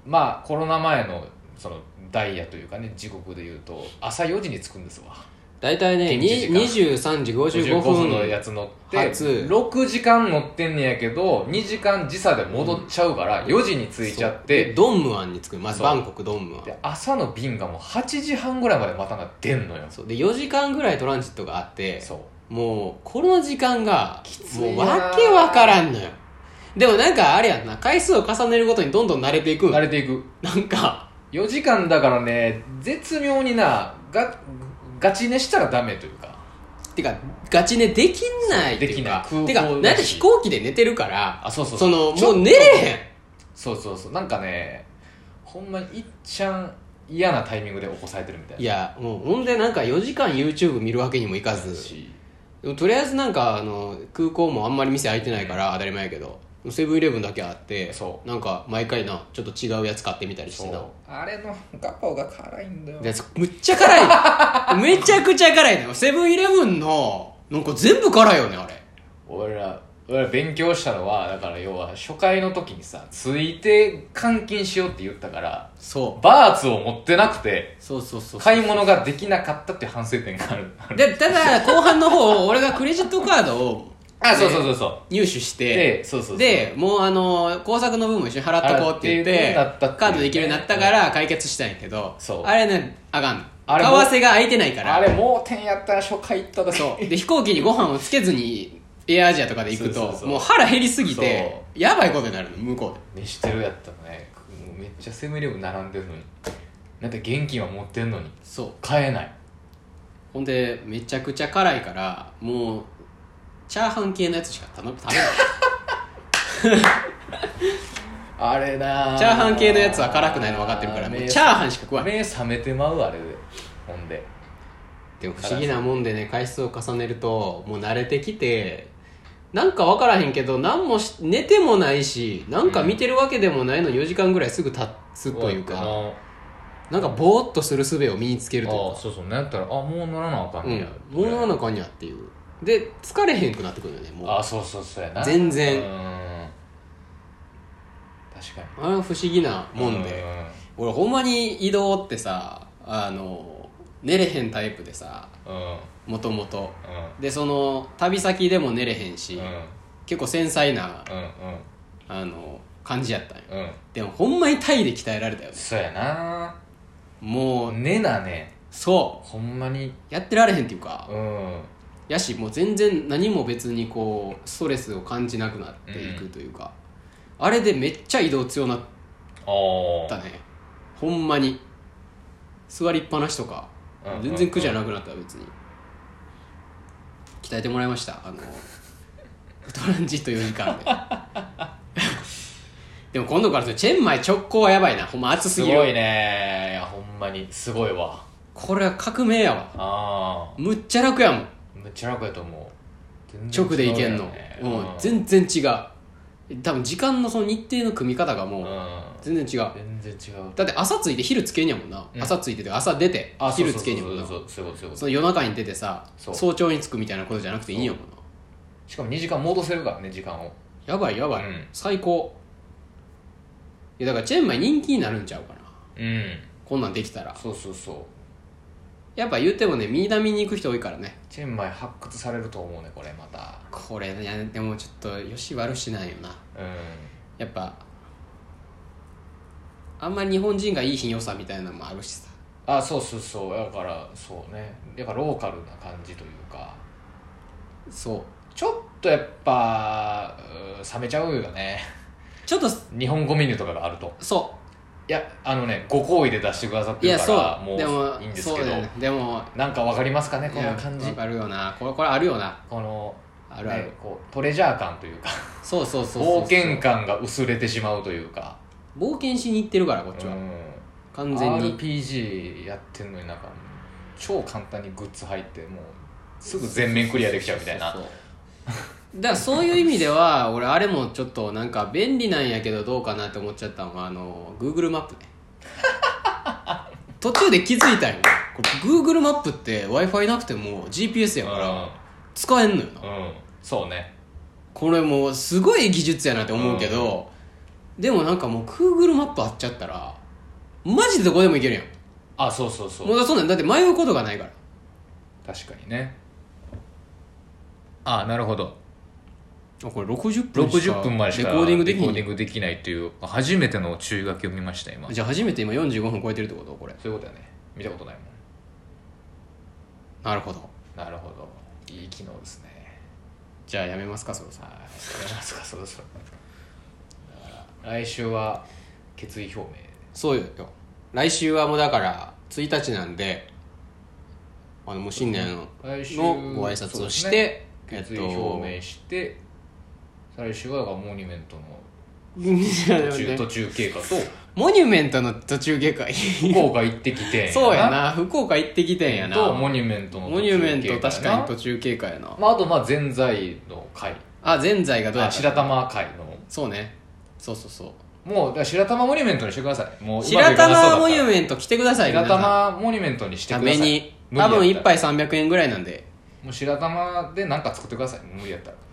まあコロナ前のそのダイヤというかね時刻でいうと朝よじに着くんですわ。 大体ねにじゅうさんじごじゅうごふんのやつ乗ってろくじかん乗ってんねやけどにじかん時差で戻っちゃうからよじに着いちゃって、 うん、ドンムアンに着く。まずバンコクドンムアンで朝の便がもうはちじはんぐらいまでまたが出んのよ。 そうでよじかんぐらいトランジットがあって、そうもうこの時間がもうわけわからんのよ。でもなんかあれやんな、回数を重ねるごとにどんどん慣れていく慣れていく。 なんかよじかんだからね絶妙にながガチ寝したらダメというかてかガチ寝できないっていうかてかなんか飛行機で寝てるからあそうそうそのもう寝れへん。 そうそうそうなんかねほんまにいっちゃん嫌なタイミングで起こされてるみたいな。 いやもうほんでなんかよじかん YouTube 見るわけにもいかずでもとりあえずなんかあの空港もあんまり店開いてないから当たり前やけどセブンイレブンだけあってそうなんか毎回なちょっと違うやつ買ってみたりしてな。 あれのガパオが辛いんだよ。 むっちゃ辛いめちゃくちゃ辛いのよ。セブンイレブンのなんか全部辛いよねあれ。 俺ら俺ら勉強したのはだから要は初回の時にさついて換金しようって言ったからそうバーツを持ってなくてそうそうそう買い物ができなかったっていう反省点がある。 でただ後半の方俺がクレジットカードをあ、そうそうそうそう入手してでそうそうそうでもうあの工作の分も一緒に払っとこうって言って、ね、カードできるようになったから解決したんやけど、そうあれねあかんあれ為替が空いてないからあれ盲点やったら初回行った時そうで飛行機にご飯をつけずにエアアジアとかで行くとそうそうそうもう腹減りすぎてやばいことになるの向こうで飯テロやったのねめっちゃセブンイレブン並んでるのになんか現金は持ってんのにそう買えない。 ほんでめちゃくちゃ辛いからもうチャーハン系のやつしか頼む食べないあれなチャーハン系のやつは辛くないの分かってるからもうチャーハンしか食わない。 目覚めてまうあれでほんででも不思議なもんでね回数を重ねるともう慣れてきてなんか分からへんけど何もし寝てもないしなんか見てるわけでもないのよじかんぐらいすぐ経つというか、うん、なんかボーっとする術を身につけるというかあそうそうなんやったらあもう乗らなあかんねや、 うん、もう乗らなあかんやっていうで疲れへんくなってくるよねもうあそうそうそうやな全然うん確かにあれは不思議なもんで俺ほんまに移動ってさあの寝れへんタイプでさもともとでその旅先でも寝れへんし、うん、結構繊細な、うんうん、あの感じやったんよ、うん、でもほんまにタイで鍛えられたよね。 そうやなもう寝なねそうほんまにやってられへんっていうか、 うん、 やしもう全然何も別にこうストレスを感じなくなっていくというか、うん、あれでめっちゃ移動強なったね。ほんまに座りっぱなしとか、うん、全然苦じゃなくなった別に鍛えてもらいましたあのトランジットよじかんででも今度からチェンマイ直行はやばいなほんま暑すぎる。 すごいねいやほんまにすごいわこれは革命やわ。あむっちゃ楽やもん。 めっちゃ楽やと思う。 全然直で行けんの、うん、全然違う。多分時間のその日程の組み方がもう全然違う、 うん、全然違う。 だって朝着いて昼つけんやもんな、うん、朝着いてて朝出て昼つけんやもんな。その夜中に出てさ早朝に着くみたいなことじゃなくていいんやもんな。 しかもにじかん戻せるからね時間を。 やばいやばい、うん、最高。いやだからチェンマイ人気になるんちゃうかな、うん、こんなんできたら。 そうそうそう。 やっぱ言ってもねミーダミに行く人多いからね。 チェンマイ発掘されると思うねこれまた。 これねでもちょっとよし悪しないよな、うん、やっぱあんまり日本人がいい品良さみたいなのもあるしさ。 あそうそうそうだからそうねやっぱローカルな感じというか。 そうちょっとやっぱ冷めちゃうよねちょっと日本語メニューとかがあると。 そういやあのねご好意で出してくださってるからもういいんですけど、ね、 でもなんか分かりますかねこの感じ。 分かるよなこれこれあるよなこのあるある、 ね、こうトレジャー感というかそうそうそうそう冒険感が薄れてしまうというか。 冒険しに行ってるからこっちは、うん、完全にアールピージー やってんのになんか超簡単にグッズ入ってもうすぐ全面クリアできちゃうみたいな。そうそうそうだからそういう意味では俺あれもちょっとなんか便利なんやけどどうかなって思っちゃったのはあの Google マップね途中で気づいたんよ。これ Google マップって Wi-Fi なくても ジーピーエス やから使えんのよな、 うん、そうね。 これもうすごい技術やなって思うけど、 でもなんかもう Google マップあっちゃったらマジでどこでも行けるやん。 あ、そうそうそう、 もうそうなんだって迷うことがないから。 確かにね。あ、なるほど。 あ、これろくじゅっぷんろくじゅっぷんまでしかレコーディングできレコーディングできないという初めての注意書きを見ました今。 じゃあ初めて今よんじゅうごふん超えてるってことこれ。 そういうことやね。見たことないもん。 なるほど。 なるほど、いい機能ですね。 じゃあやめますかそろそろ。 はい、やめますかそろそろ。だから来週は決意表明。 そうよ。来週はもうだからついたちなんで、あのもう新年のご挨拶をして、 ね、決意表明して、来週はモニュメントの途中途中経過とモニュメントの途中経過福岡行ってきてんやな。 そうやな、福岡行ってきてんやな。 とモニュメントの途中経過。 モニュメント確かに途中経過やな。 まあ、あとまあぜんざいの会。 あ、ぜんざいがどうやった白玉会の。 そうね、そうそうそう。 もうだから白玉モニュメントにしてください。もう白玉モニュメント来てください。 白玉モニュメントにしてください。 ために多分いっぱいさんびゃくえんぐらいなんで、 もう白玉で何か作ってください。無理やったら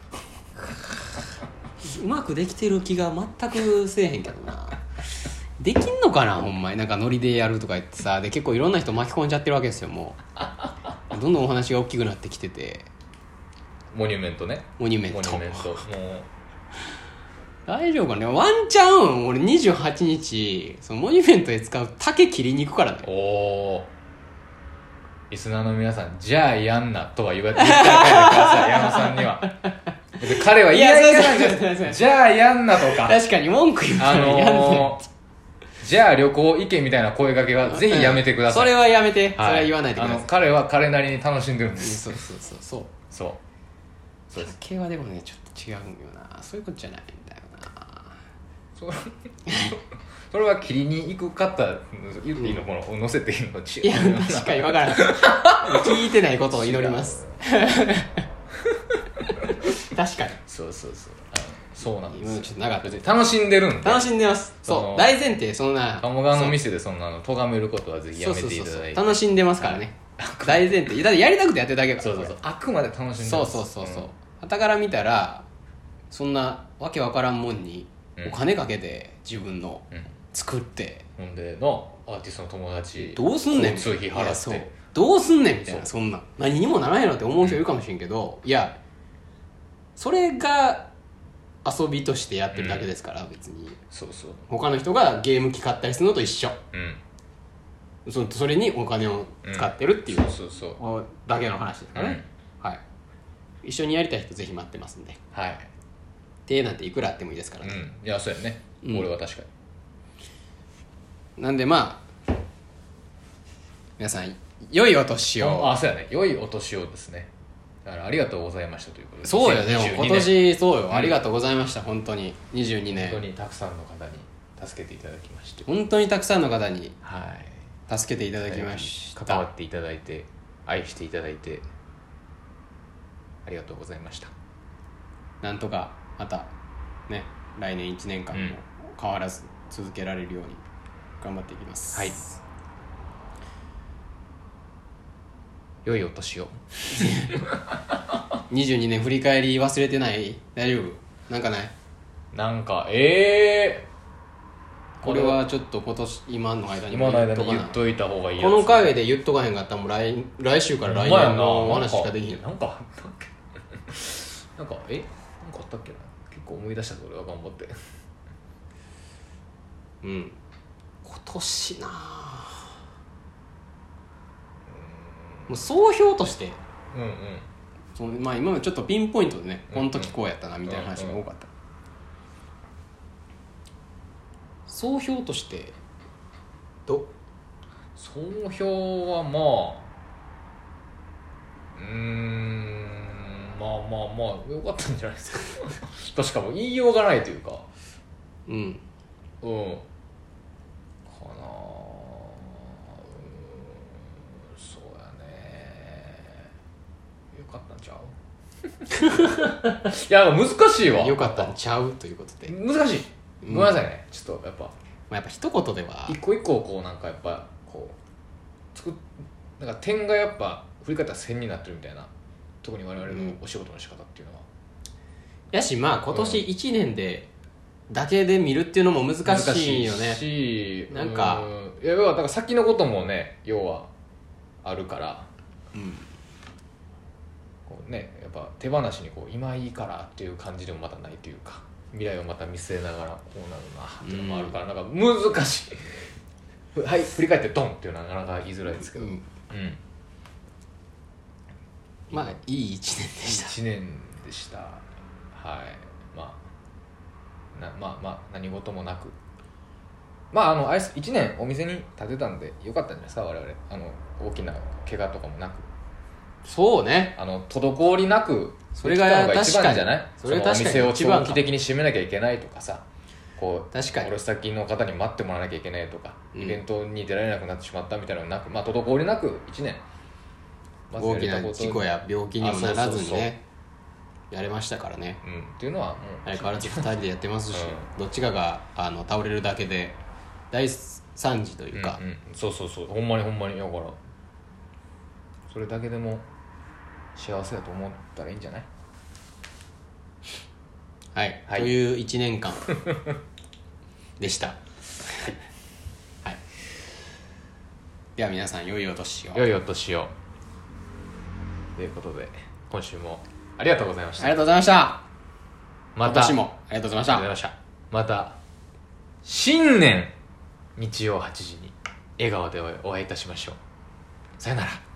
うまくできてる気が全くせえへんけどな。できんのかなほんまに。なんかノリでやるとか言ってさ、で結構いろんな人巻き込んじゃってるわけですよ。もうどんどんお話が大きくなってきてて。 モニュメントね。 モニュメントモニュメントもう大丈夫かね。ワンチャン俺にじゅうはちにちそのモニュメントで使う竹切りに行くからね。 おお、リスナーの皆さん、じゃあやんなとは言われて言ってあげてください。矢野さんには彼は嫌々なんじゃない、じゃあやんなとか、 確かに文句言うから、 あのー、じゃあ旅行行けみたいな声掛けはぜひやめてください、 うん、それはやめて、 はい、 それは言わないでください。 あの彼は彼なりに楽しんでるんです。 そうそうそうそうそうそうです。 竹はでもねちょっと違うんよな。そういうことじゃないんだよな。 そそれは切りに行く方言っていいの、この乗せていいの違う。 いや確かに分からん聞いてないことを祈ります確かにそうそうそう、あのそうなんですよ。 今ちょっと長くて楽しんでるんで。 楽しんでます。そう大前提そんな鴨川の店でそんなの咎めることはぜひやめていただいて。そうそうそうそう、 楽しんでますからね大前提だってやりたくてやってるだけだから。 そうそうそう、あくまで楽しんでます。 そうそうそうそう、傍から見たらそんなわけわからんもんにお金かけて自分の作って、 うん、ほんでのアーティストの友達どうすんねん、 交通費払ってそうどうすんねんみたいな、そんな何にもならへんのって思う人いるかもしれんけど、うん、いやそれが遊びとしてやってるだけですから、うん、別にそうそう、他他の人がゲーム機買ったりするのと一緒、 うん、 そ, それにお金を使ってるっていう、 うん、そうそうそうだけの話ですからね、うん、はい。一緒にやりたい人ぜひ待ってますんで、 はい、 手なんていくらあってもいいですからね、 うん、いやそうやね、うん、俺は確かに。なんでまあ皆さん良いお年を。 あ、そうやね、良いお年をですね。だからありがとうございましたということで。 そうよ、でも今年そうよ、うん、ありがとうございました。本当ににじゅうにねん本当にたくさんの方に助けていただきまして、 本当にたくさんの方にはい助けていただきました、 関わっていただいて愛していただいてありがとうございました。 なんとかまたね来年いちねんかんも変わらず続けられるように頑張っていきます、 はい。良いお年をにじゅうにねん振り返り忘れてない？大丈夫？なんかない？ なんかえーこれはちょっと今年今の間に今の間に言っといた方がいいやつ。 この回で言っとかへんかったらもう 来, 来週から来年の話しかできへん。 なんかあったっけなんかえなんかあったっけな。結構思い出したぞ俺は頑張ってうん今年なもう総評としてうんうんその、まあ、今までちょっとピンポイントでね、うんうん、この時こうやったなみたいな話が多かった、うんうん、総評としてどう？ 総評はまあうーんまあまあまあ良かったんじゃないですか確かもう言いようがないというかうんうんかなうんそうやねよかったんちゃういや難しいわ。 よかったんちゃうということで難しい。ごめんなさいね、うん、ちょっとやっぱ、まあ、やっぱ一言では一個一個こうなんかやっぱこうつくなんか点がやっぱ振り方線になってるみたいな、特に我々のお仕事の仕方っていうのは、 うん、やしまあ今年いちねんでだけで見るっていうのも難しいよね。 難しいし、 なんかいや要はだから先のこともね要はあるから、 うん、 こうねやっぱ手放しにこう今いいからっていう感じでもまたないというか、未来をまた見据えながらこうなるなっていうのもあるから、うん、なんか難しいはい振り返ってドンっていうのはなかなか言いづらいですけど、うん、うん、 まあいいいちねんでした。 いちねんでした。はい、まあなまあまあ何事もなく、まああのあれいちねんお店に建てたんでよかったんじゃないですか。我々あの大きな怪我とかもなく、 そうね、 あの滞りなくそれが一番じゃない。 それが確かにそのお店を長期的に閉めなきゃいけないとかさ、こう確かに卸先の方に待ってもらわなきゃいけないとか、うん、イベントに出られなくなってしまったみたいなのなく、まあ滞りなくいちねん、 ま、大きな事故や病気にもならずにねやれましたからね、 うん、っていうのはもう相変わらずふたりでやってますし、うん、どっちかがあの倒れるだけで大惨事というか、 うんうん、そうそうそう、ほんまにほんまにだからそれだけでも幸せだと思ったらいいんじゃない。 はい、はい、といういちねんかんでしたはい、では皆さん良いお年を。 良いお年をということで今週もありがとうございました。 ありがとうございました。 また今年もありがとうございました。 ありがとうございました。また新年日曜はちじに笑顔でお会いいたしましょう。さよなら。